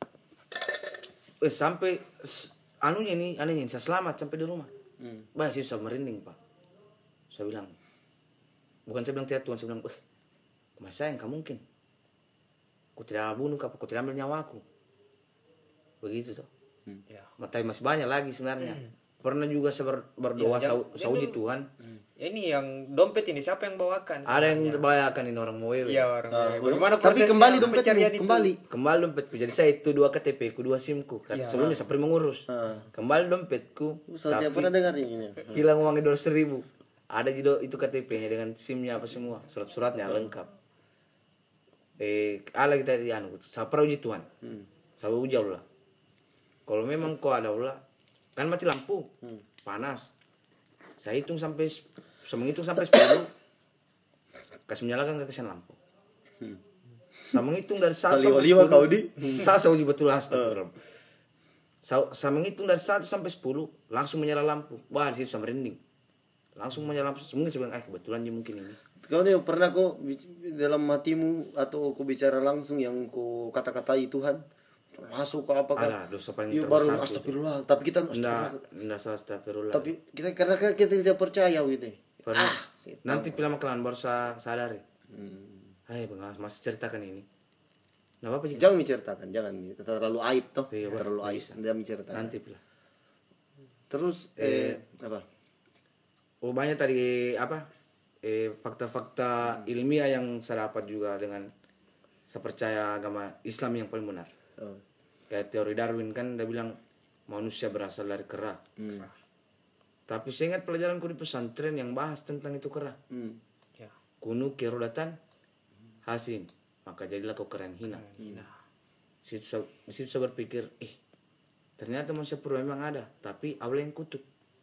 Eh sampai s- anunya nih, anehnya saya selamat sampai di rumah. Hmm. Bah, sih saya merinding pak. Saya bilang, bukan saya bilang tidak Tuhan, saya bilang, eh, mas sayang, kamu mungkin, aku tidak bunuh, aku tidak ambil nyawaku, begitu toh. Hmm. Ya. Tapi masih banyak lagi sebenarnya. Pernah juga saya ber- berdoa, Ya, saya jangan- saya uji Tuhan. Ya, ini yang dompet ini siapa yang bawakan? Ada yang terbayarkan ini orang mau wewe. Iya, orang. Ah, Bagaimana tapi prosesnya kembali dompetmu, pencarian itu? kembali. Kembali dompetku, jadi saya itu dua K T P ku, dua SIM-ku. Kan Iya. sebelumnya saya pernah mengurus. Ah. Kembali dompetku, Saya tapi pernah dengar ini. hilang uangnya dua ratus ribu. Ada juga itu K T P-nya dengan SIM-nya apa semua, surat-suratnya lengkap. Eh, ala kita di anu, saya pernah uji Tuhan. Hmm. Saya uji Allah. Kalau memang kau ada Allah, kan mati lampu, panas. Saya hitung sampai, saya menghitung sampai sepuluh, kasih menyalakan kekasihan lampu. Saya menghitung dari satu Kali sampai lima sepuluh. kau di. Saya saya uji betul astagfirullah. Saya, saya menghitung dari satu sampai sepuluh, langsung menyala lampu. Wah, di situ saya merinding. Langsung menyala lampu. Mungkin saya bilang, ah kebetulan aja mungkin ini. Kau nih pernah kok bic- dalam hatimu atau kau bicara langsung yang kau kata-katai Tuhan masuk ke apa kan? Ada dosa paling Iya baru terbesar. itu. astagfirullah. Tapi kita Enggak, astagfirullah. enggak salah astagfirullah. Tapi kita karena kita tidak percaya gitu. Pernah. Ah, setan. Nanti film kelan baru saya sadari. Hmm. Eh, Bang, Mas ceritakan ini. Nah, apa sih? Jangan menceritakan, jangan terlalu aib toh, Iya, Bang. terlalu aib. Bisa. Jangan menceritakan. Nanti pula. Terus eh, apa? Oh, banyak tadi apa? Eh, fakta-fakta ilmiah yang saya dapat juga dengan saya percaya agama Islam yang paling benar. Oh. Kayak teori Darwin kan dia bilang manusia berasal dari kera. Hmm. Tapi saya ingat pelajaranku di pesantren yang bahas tentang itu kera. Hmm. Ya. Kunu kerodatan hasin, maka jadilah kau kera yang hina. Hina. Di situ saya, di situ saya berpikir, eh ternyata manusia purba memang ada, tapi Allah yang kutuk.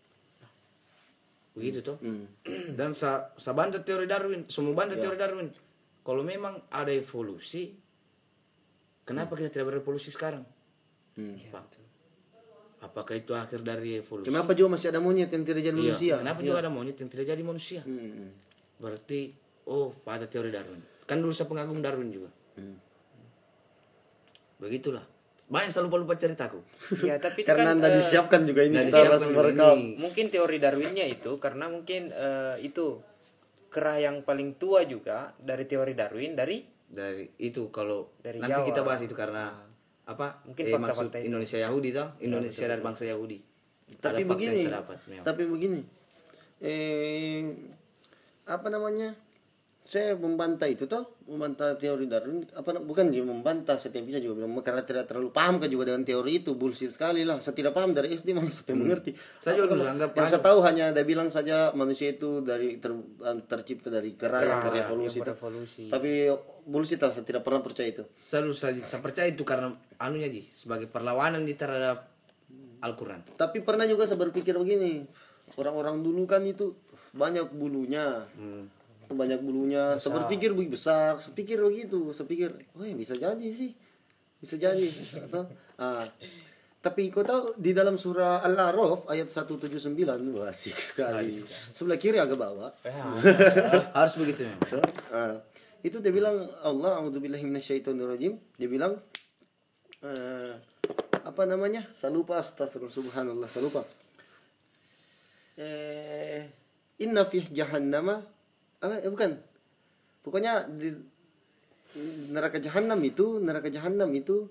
Begitu toh. Hmm. Dan saya sa bantah teori Darwin, semua bantah teori Darwin. Kalau memang ada evolusi, kenapa kita tidak berevolusi sekarang? Hmm. Pak? Apakah itu akhir dari evolusi? Kenapa juga masih ada monyet yang tidak jadi Iya, manusia? kenapa juga ada monyet yang tidak jadi manusia? Hmm. Berarti, oh, pada teori Darwin. Kan dulu saya pengagum Darwin juga. Hmm. Begitulah. Banyak selalu lupa-lupa ceritaku. Ya, tapi itu Karena kan anda eh, disiapkan juga ini Nah, kita disiapkan langsung juga merekam. ini. mungkin teori Darwinnya itu karena mungkin eh, itu kerah yang paling tua juga dari teori Darwin dari Dari itu kalau Dari nanti Jawa. kita bahas itu karena apa? Mungkin eh, fakta-fakta maksud itu. Indonesia Yahudi toh, Indonesia dari bangsa Yahudi. Tapi Ada fakta begini, yang saya dapat, memang. tapi begini, eh apa namanya? Saya membantah itu toh, membantah teori Darwin. Apa bukan juga membantah, setiap bisa juga bilang karena tidak terlalu paham kan juga dengan teori itu, bullshit sekali lah. Saya tidak paham dari S D malah saya mengerti. Saya juga Apa dulu nama- anggap yang anu. saya tahu hanya dia bilang saja manusia itu dari ter, tercipta dari kera yang Kera, berevolusi. yang toh. berevolusi. Tapi bullshit lah, saya tidak pernah percaya itu. Selalu saya, saya percaya itu karena anunya Ji, sebagai perlawanan di terhadap Al-Qur'an. Tapi pernah juga saya berpikir begini, orang-orang dulu kan itu banyak bulunya. Hmm. Banyak bulunya, saya berpikir begitu besar, saya pikir begitu, saya pikir, wah bisa jadi sih, bisa jadi. Atau, ah, tapi kau tahu di dalam surah Al-A'raf ayat seratus tujuh puluh sembilan, wah asik sekali. Sebelah kiri agak bawah. Ya, Harus begitu memang. Ah, itu dia bilang Allah, a'udzubillahi minasyaitonirrajim, dia bilang eh, apa namanya? Saya lupa, astagfirullah, subhanallah, saya lupa. Eh, inna fi jahannama apa eh, bukan. Pokoknya di neraka jahanam itu, neraka jahanam itu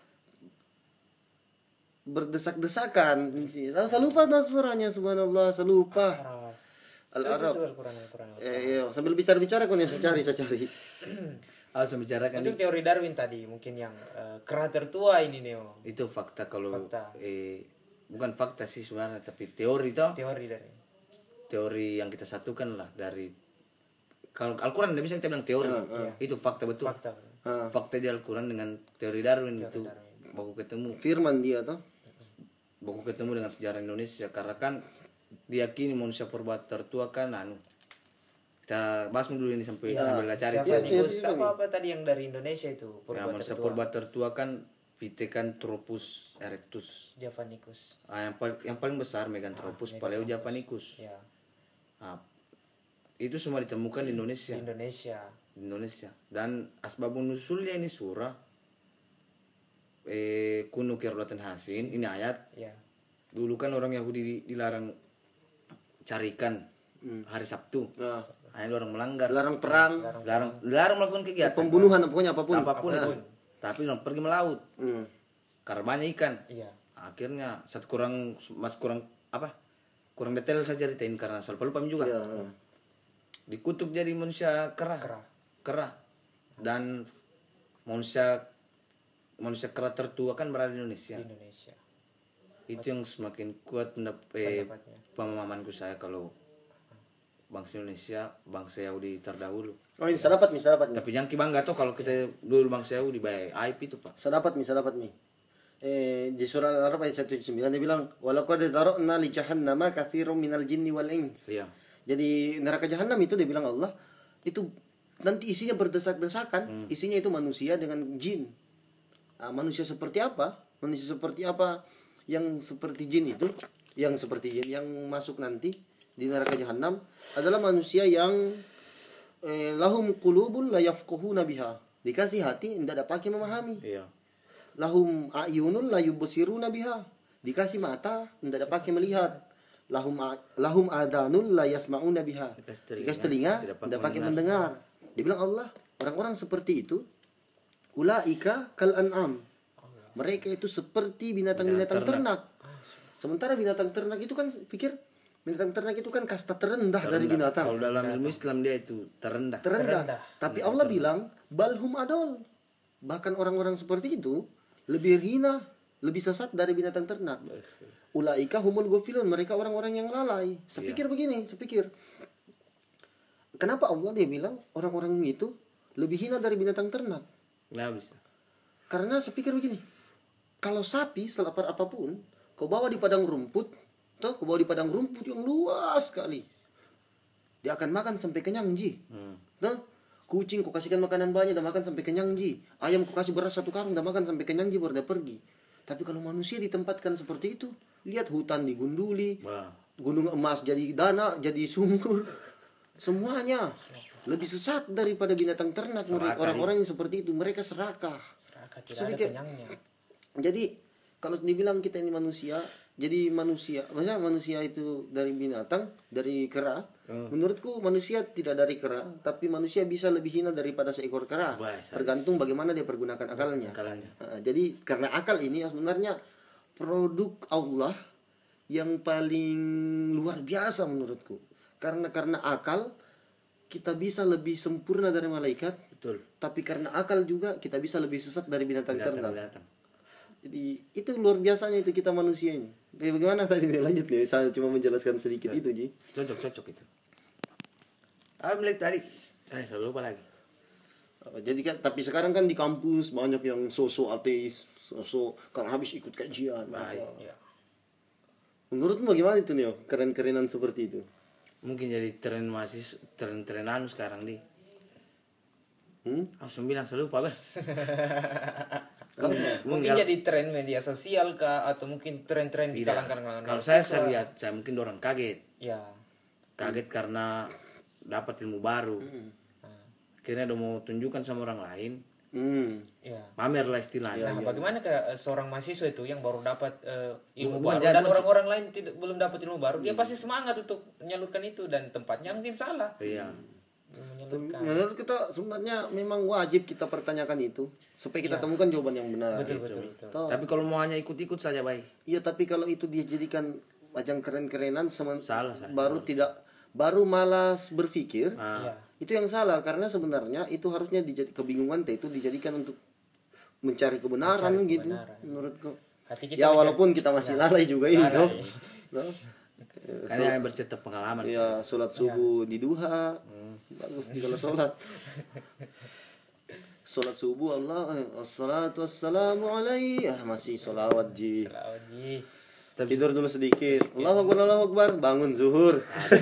berdesak-desakan. Saya, saya lupa nah surahnya, subhanallah, saya lupa. Al-Arab. Itu Al-Quran, Al-Quran. Eh, iya, sambil bicara-bicara kau yang saya cari, saya cari. Harus membicarakan Untuk teori Darwin tadi mungkin yang eh, kerah tertua ini Neo. itu fakta kalau Fakta. eh bukan fakta sih sebenarnya tapi teori toh. Teori dari Teori yang kita satukan lah dari kalau Al-Quran tidak bisa kita bilang teori. Itu fakta betul. fakta. Ah, Fakta di Al-Quran dengan teori Darwin itu baku ketemu. firman dia toh. Baku ketemu dengan sejarah Indonesia karena kan diyakini manusia purba tertua kan anu. Kita bahas dulu ini sampai sambil cari. Siapa Iya, nih, iya, Gus? iya, apa apa tadi yang dari Indonesia itu? Ya, Purba manusia tertua. purba tertua kan Pithecanthropus erectus. Javanicus. Ah, yang paling yang paling besar Meganthropus Paleojapanicus. Ya, Ah, itu semua ditemukan di Indonesia. di Indonesia. Di Indonesia. Dan asbabun nusulnya ini surah eh kunu kerodatan hasin ini ayat. Ya. Dulu kan orang Yahudi di- dilarang carikan hari Sabtu. Nah, Hanya orang melanggar. larang perang, Larang larang melakukan kegiatan. pembunuhan pokoknya apapun. apapun itu. Tapi orang pergi melaut. Hmm. Karena banyak ikan. Iya. Akhirnya satu kurang mas kurang apa? Kurang detail saja ceritain karena soal lupa juga. Ya, Dikutuk jadi manusia kera. Kera. Kera. Dan manusia manusia kera tertua kan berada di Indonesia. Di Indonesia. Itu yang semakin kuat pendap eh, Pendapatnya. pemahamanku saya kalau bangsa Indonesia bangsa Yahudi terdahulu. Oh, ini saya dapat nih, saya dapat nih. Tapi yang bangga tuh kalau kita dulu bangsa Yahudi baik aib itu pak. Saya dapat nih, saya dapat nih. Eh, di surah Al-Araf ayat seratus tujuh puluh sembilan dia bilang, "Walaqad zara'na li jahannama katsiran minal jinni wal ins." Iya. Jadi neraka jahanam itu dia bilang Allah itu nanti isinya berdesak-desakan, isinya itu manusia dengan jin. Nah, manusia seperti apa? Manusia seperti apa yang seperti jin itu, yang seperti jin yang masuk nanti di neraka jahanam adalah manusia yang eh, lahum qulubun la yafqahuna biha. Dikasih hati tidak ada pakai memahami. Iya. Lahum a'yunun la yubsiruna biha. Dikasih mata tidak ada pakai melihat. Lahum a- lahum adanun la yasma'una biha. Dikasih telinga, Dikasih telinga tidak pakai tidak pakai mendengar. Dia bilang Allah orang-orang seperti itu ulaika kal an'am. Mereka itu seperti binatang-binatang ternak. Sementara binatang ternak itu kan pikir binatang ternak itu kan kasta terendah, dari binatang. Kalau dalam ilmu Islam dia itu terendah. Terendah. Terendah. Tapi Allah bilang balhum adol. Bahkan orang-orang seperti itu lebih hina, lebih sesat dari binatang ternak. Ulaika humul ghafilun, mereka orang-orang yang lalai. Sepikir begini, sepikir. Kenapa Allah dia bilang orang-orang itu lebih hina dari binatang ternak? Nggak bisa. Karena sepikir begini. Kalau sapi selapar apapun, kau bawa di padang rumput, toh kau bawa di padang rumput yang luas sekali, dia akan makan sampai kenyang ji. Hmm. Toh, kucing kau kasihkan makanan banyak, dia makan sampai kenyang ji. Ayam kau kasih beras satu karung, dia makan sampai kenyang ji, baru dia pergi. Tapi kalau manusia ditempatkan seperti itu, lihat hutan digunduli, Wah. gunung emas jadi dana, jadi sumur, semuanya lebih sesat daripada binatang ternak. Serakah, Orang-orang yang seperti itu mereka serakah. Serakah, tidak ada Sedikit. kenyangnya. Jadi kalau dibilang kita ini manusia, jadi manusia, maksudnya manusia itu dari binatang, dari kera. Hmm. Menurutku manusia tidak dari kera, tapi manusia bisa lebih hina daripada seekor kera. Wah, sadis. Tergantung bagaimana dia pergunakan akalnya. Akalnya. Nah, jadi karena akal ini sebenarnya produk Allah yang paling luar biasa menurutku. Karena karena akal kita bisa lebih sempurna dari malaikat, Betul. tapi karena akal juga kita bisa lebih sesat dari binatang ternak. Binatang-binatang. Jadi itu luar biasanya itu kita manusia ini. Eh, bagaimana tadi nih lanjut nih? Saya cuma menjelaskan sedikit itu Ji. Cocok cocok itu. Ah, mulai tadi. Eh, selalu lupa lagi. Oh, jadi kan tapi sekarang kan di kampus banyak yang sosok ateis, sosok karena habis ikut kajian. Baik. Ya. Menurutmu bagaimana itu nih? Keren-kerenan seperti itu? Mungkin jadi tren masih tren-tren anu sekarang di. Hmm? Langsung bilang selalu lupa, bah. Mungkin jadi tren media sosial kah, atau mungkin tren-tren di Tidak. kalangan-kalangan Kalau saya mahasiswa. saya lihat, saya mungkin orang kaget. Ya. Kaget karena dapat ilmu baru. Hmm. Akhirnya udah mau tunjukkan sama orang lain. Hmm. Ya. Pamer lah istilahnya. Nah, bagaimana ke eh, seorang mahasiswa itu yang baru dapat eh, ilmu Bukan, baru jangan dan mau- orang-orang lain tidak belum dapat ilmu baru, dia pasti semangat untuk menyalurkan itu dan tempatnya mungkin salah. Iya. Menyalurkan. Menurut kita sebenarnya memang wajib kita pertanyakan itu supaya kita temukan jawaban yang benar. Betul, betul, betul. Toh, Tapi kalau mau hanya ikut-ikut saja baik. iya tapi kalau itu dia jadikan ajang keren-kerenan semen- Salah, salah. baru tidak baru malas berpikir. Ah, Ya. Itu yang salah karena sebenarnya itu harusnya dijadi kebingungan teh itu dijadikan untuk mencari kebenaran Mencari gitu kebenaran. menurutku. Hati kita Ya menjadi- walaupun kita masih lalai juga ini Lalai. toh. Toh. Karena yang bercerita pengalaman. Ya sholat subuh di duha. Bagus di kalau sholat. Sholat subuh Allah eh, assalatu wassalamu alaihi ah, masih sholawat ji. Salah, Ji. Tapi Tidur dulu sedikit. Allahu akbar Allahu akbar bangun zuhur.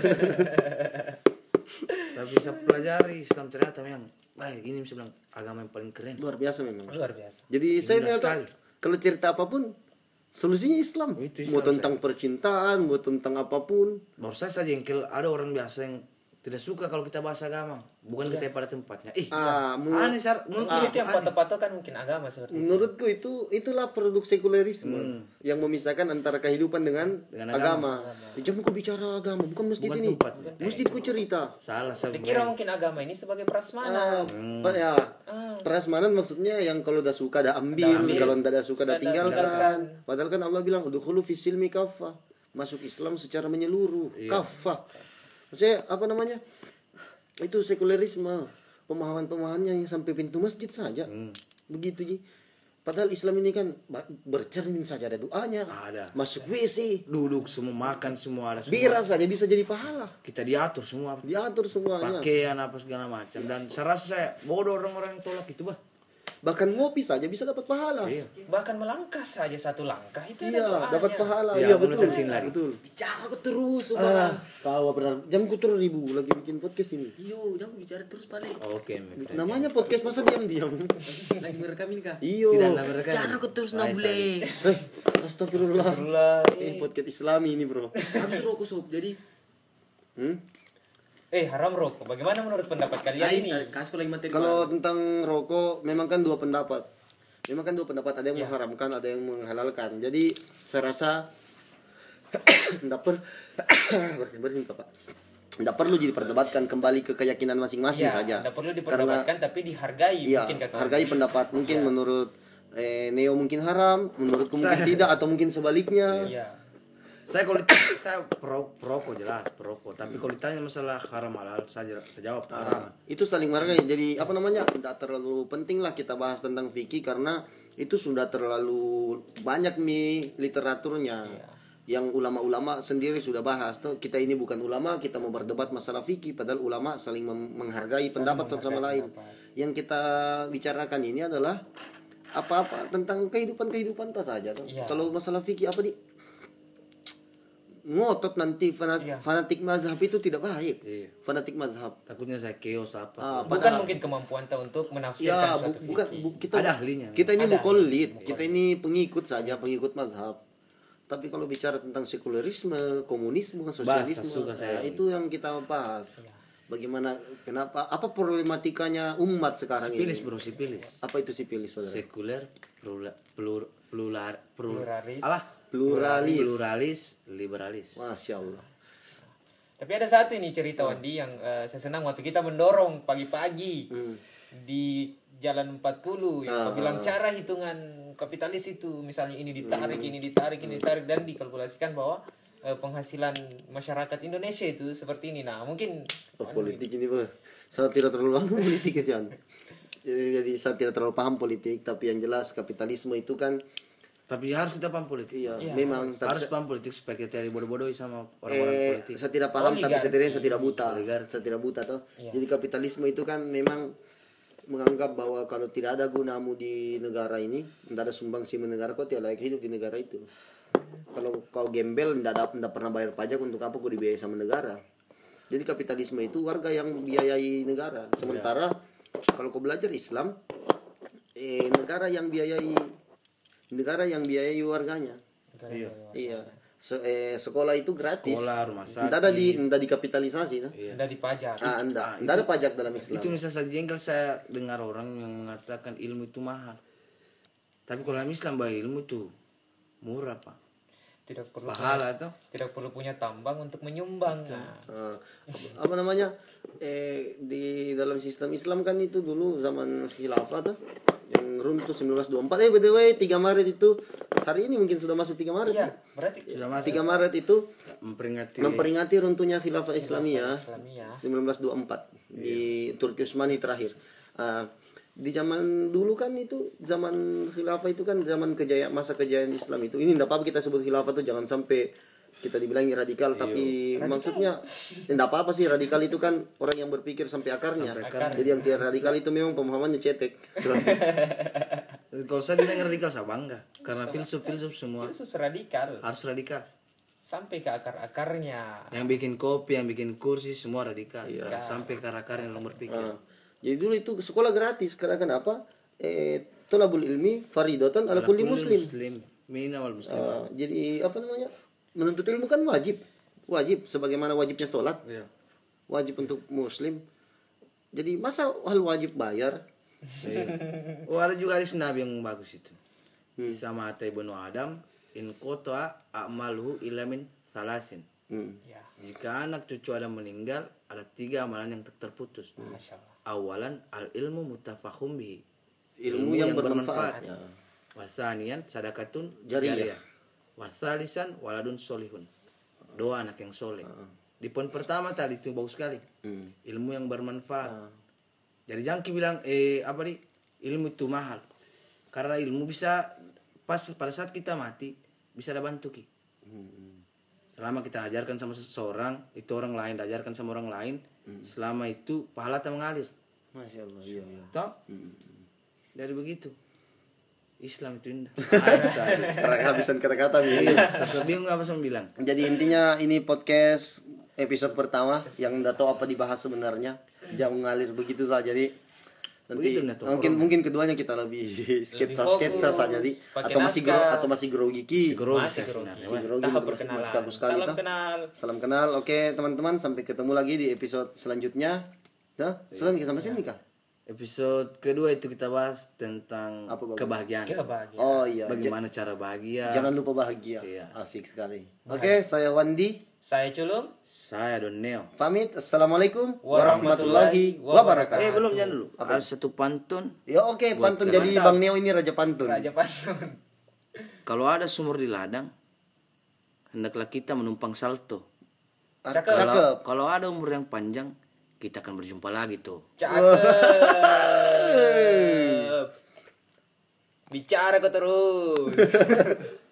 tapi saya pelajari Islam ternyata memang baik. Ini bisa bilang agama yang paling keren. Luar biasa memang. Luar biasa. Jadi saya Indah lihat sekali. kalau cerita apapun solusinya Islam. Itu Islam Mau tentang percintaan, mau tentang apapun. Baru saya saja jengkel ada orang biasa yang tidak suka kalau kita bahas agama. Bukan kita pada tempatnya. Ih, Ah, menurut, aneh sar. Menurut Mungkin saya itu yang aneh. foto-foto kan mungkin agama seperti itu. menurutku itu itulah produk sekulerisme yang memisahkan antara kehidupan dengan, Dengan agama. Ya, jangan kau bicara agama, bukan masjid Bukan ini. tempat. Masjidku cerita. Salah saya. Dikira mungkin agama ini sebagai prasmanan. Ah, Pak, ya. Prasmanan maksudnya yang kalau udah suka dah ambil, ambil. kalau tidak suka dah Sudah tinggalkan. tinggalkan. Padahal kan Allah bilang udkhulu fis silmi kaffah. Masuk Islam secara menyeluruh, kaffah. Maksudnya apa namanya? Itu sekulerisme, pemahaman-pemahamannya yang sampai pintu masjid saja. Begitu Ji. Padahal Islam ini kan ba- bercermin saja ada doanya. Ada. Masuk W C, Duduk semua makan semua ada semua. bira saja bisa jadi pahala. Kita diatur semua. Diatur semuanya. Pakaian apa segala macam dan saya rasa saya bodoh orang-orang yang tolak itu bah. Bahkan ngopi saja bisa dapat pahala. Iya. Bahkan melangkah saja satu langkah itu ada Iya, doanya. dapat pahala. Iya, Iya, menurut betul. sini lagi. Betul. Bicara aku terus, Ah, Bang. kau benar. Jam kutur ribu lagi bikin podcast ini. Iyo, jangan bicara terus paling. Oke, Mek. Namanya podcast masa diam-diam. Lagi merekam ini kah? Iyo. Tidak lah mereka. Bicara aku terus nak boleh. Eh, astagfirullah. Eh, podcast Islami ini, Bro. Aku suruh aku sob. Jadi, Hmm? Eh, haram rokok. Bagaimana menurut pendapat kalian lain ini? kasih lagi materi. Kalau tentang rokok memang kan dua pendapat. Memang kan dua pendapat, ada yang Ya. mengharamkan, ada yang menghalalkan. Jadi saya rasa dapat bersin bersin Pak. tidak perlu diperdebatkan, kembali ke keyakinan masing-masing Ya, saja. tidak perlu Karena diperdebatkan tapi dihargai iya, mungkin kakak. hargai pendapat mungkin menurut eh, Neo mungkin haram, menurutku mungkin Saya- tidak, atau mungkin sebaliknya. Iya. Saya kalau ditanya, saya pro perokok jelas perokok, tapi kalau ditanya masalah haram halal saya saya jawab haram. Ah, itu saling menghargai. Jadi apa namanya, tidak terlalu penting lah kita bahas tentang fikih karena itu sudah terlalu banyak nih literaturnya. Yang ulama-ulama sendiri sudah bahas tuh. Kita ini bukan ulama, kita mau berdebat masalah fikih, padahal ulama saling mem- menghargai pendapat satu sama lain. Yang kita bicarakan ini adalah apa-apa tentang kehidupan-kehidupan tas saja tuh. Iya. Kalau masalah fikih apa di ngotot nanti fanat, Iya. fanatik mazhab itu tidak baik. Iya. Fanatik mazhab. Takutnya saya chaos apa. Ah, Bukan padahal- mungkin kemampuan kita untuk Ya, menafsirkan bu- suatu bukan fikih. bu- kita Ada ahlinya. Kita ini Ada. mukollid, kita ini pengikut saja, pengikut mazhab. Tapi kalau bicara tentang sekularisme, komunisme, sosialisme, suka saya. eh, itu yang kita bahas. Bagaimana, kenapa, apa problematikanya umat sekarang Sipilis ini? bro, sipilis. Apa itu sipilis, saudara? Sekuler, plura, plur, plural, plur, Pluralis. alah, Pluralis. pluralis, liberalis. Masya Allah. Tapi ada satu ini cerita Wandi yang eh, saya senang waktu kita mendorong pagi-pagi Hmm. di Jalan empat puluh yang Ah, kau bilang ah. cara hitungan kapitalis itu misalnya ini ditarik, ini ditarik, ini ditarik dan dikalkulasikan bahwa eh, penghasilan masyarakat Indonesia itu seperti ini. Nah, mungkin Oh, politik ini, Bang. Saya tidak terlalu paham politik, kesian. Jadi, jadi saya tidak terlalu paham politik, tapi yang jelas kapitalisme itu kan, Tapi harus kita paham politik. iya, Iya, memang. Tapi Harus paham politik supaya kita tidak bodoh-bodohi sama orang-orang eh, politik. saya tidak paham, tapi Oligarki. setidaknya saya tidak buta. Oligarki. Saya tidak buta toh. Iya. Jadi kapitalisme itu kan memang menganggap bahwa kalau tidak ada gunamu di negara ini, tidak ada sumbangsi negara, kau tidak layak hidup di negara itu. Kalau kau gembel, tidak ada, tidak pernah bayar pajak, untuk apa kau dibiayai sama negara? Jadi kapitalisme itu warga yang biayai negara. Sementara kalau kau belajar Islam, eh, negara yang biayai negara yang biayai warganya. Iya. Iya. Se- eh, sekolah itu gratis. Sekolah, rumah sakit. Tidak ada di tidak dikapitalisasi, nah. Iya. udah dipajak. Ah, enggak. Enggak ada pajak dalam Islam. Itu misalnya saya jengkel saya dengar orang yang mengatakan ilmu itu mahal. Tapi kalau dalam Islam bahwa ilmu itu murah pak. Tidak perlu Pahala tuh. tidak perlu punya tambang untuk menyumbang. Nah, Ah, apa, apa namanya? Eh di dalam sistem Islam kan itu dulu zaman khilafah tuh yang runtuh seribu sembilan ratus dua puluh empat. Eh by the way tiga Maret itu hari ini mungkin sudah masuk tiga Maret. iya, ya? berarti Sudah masuk tiga Maret itu memperingati. memperingati runtuhnya khilafah Islamiyah Islamiyah. seribu sembilan ratus dua puluh empat di Turki Utsmani terakhir. Ah, di zaman dulu kan itu zaman khilafah itu kan zaman kejayaan, masa kejayaan Islam itu. Ini enggak apa-apa kita sebut khilafah tuh, jangan sampai kita dibilang radikal, tapi maksudnya enggak apa-apa sih, radikal itu kan orang yang berpikir sampai akarnya. akarnya. Jadi yang tidak radikal itu memang pemahamannya cetek. Kalau saya bilang radikal saya bangga karena filsuf-filsuf semua Filsuf radikal harus radikal. sampai ke akar-akarnya. Yang bikin kopi, yang bikin kursi semua radikal. Karena sampai ke akar-akarnya orang berpikir. Ah, jadi dulu itu sekolah gratis karena kenapa? Eh tolabul ilmi faridatun ala kulli muslim. Muslim. Minimal muslim. Ah, jadi apa namanya? Menuntut ilmu kan wajib. Wajib sebagaimana wajibnya sholat. Iya. Wajib untuk muslim. Jadi masa hal wajib bayar? Oh ada juga hadis Nabi yang bagus itu. Sama Ata ibnu Adam in qata a'maluhu illa min salasin. Hmm. Ya, Jika anak cucu Adam meninggal, ada tiga amalan yang tak terputus. Masya Allah. Awalan al ilmu mutafahum bihi. Ilmu yang bermanfaat. Ya. Wasanian sadakatun Jariyah. jariyah. Wasalisan waladun solihun. Doa anak yang soleh. Di poin pertama tadi itu bagus sekali. Hmm. Ilmu yang bermanfaat. Ah. Jadi jangan bilang eh apa nih ilmu itu mahal. Karena ilmu bisa pas pada saat kita mati bisa ada bantu ki. Selama kita ajarkan sama seseorang, itu orang lain ajarkan sama orang lain, selama itu pahala tak mengalir. Masya Allah. Iya, iya. Toh? Dari begitu. Islam itu indah. Karena kehabisan kata-kata nih. Saya bingung apa saya bilang. Jadi intinya ini podcast episode pertama yang enggak tahu apa dibahas sebenarnya. Jangan ngalir begitu saja. Jadi nanti Begitu, Nato. mungkin mungkin keduanya kita lebih sketsa sketsa fokus, saja, jadi pakai atau masih gro naskah. atau masih grogi ki. Si grogi Masih saya grogi. sebenarnya. Si grogi Tahap masih- perkenalan. masih bagus sekali, Salam toh. kenal. Salam kenal. Oke teman-teman, sampai ketemu lagi di episode selanjutnya. Dah, sudah Mika sampai sini Mika. Episode kedua itu kita bahas tentang Apa bagus? kebahagiaan. Kebahagiaan. Oh iya. Bagaimana cara bahagia? Jangan lupa bahagia. Iya. Asik sekali. Oke, saya Wandi. Saya Culum. Saya Don Neo. Pamit. Assalamualaikum Warahmatullahi warahmatullahi wabarakatuh. Eh belum jangan dulu. Ada satu pantun. Ya oke, Buat pantun. kalian. Jadi Bang Neo ini raja pantun. Raja Pantun. Kalau ada sumur di ladang, hendaklah kita menumpang salto. Ah, Cakep. Cakep. Kalau kalau ada umur yang panjang, kita akan berjumpa lagi tuh. Cakep. Bicara kau terus.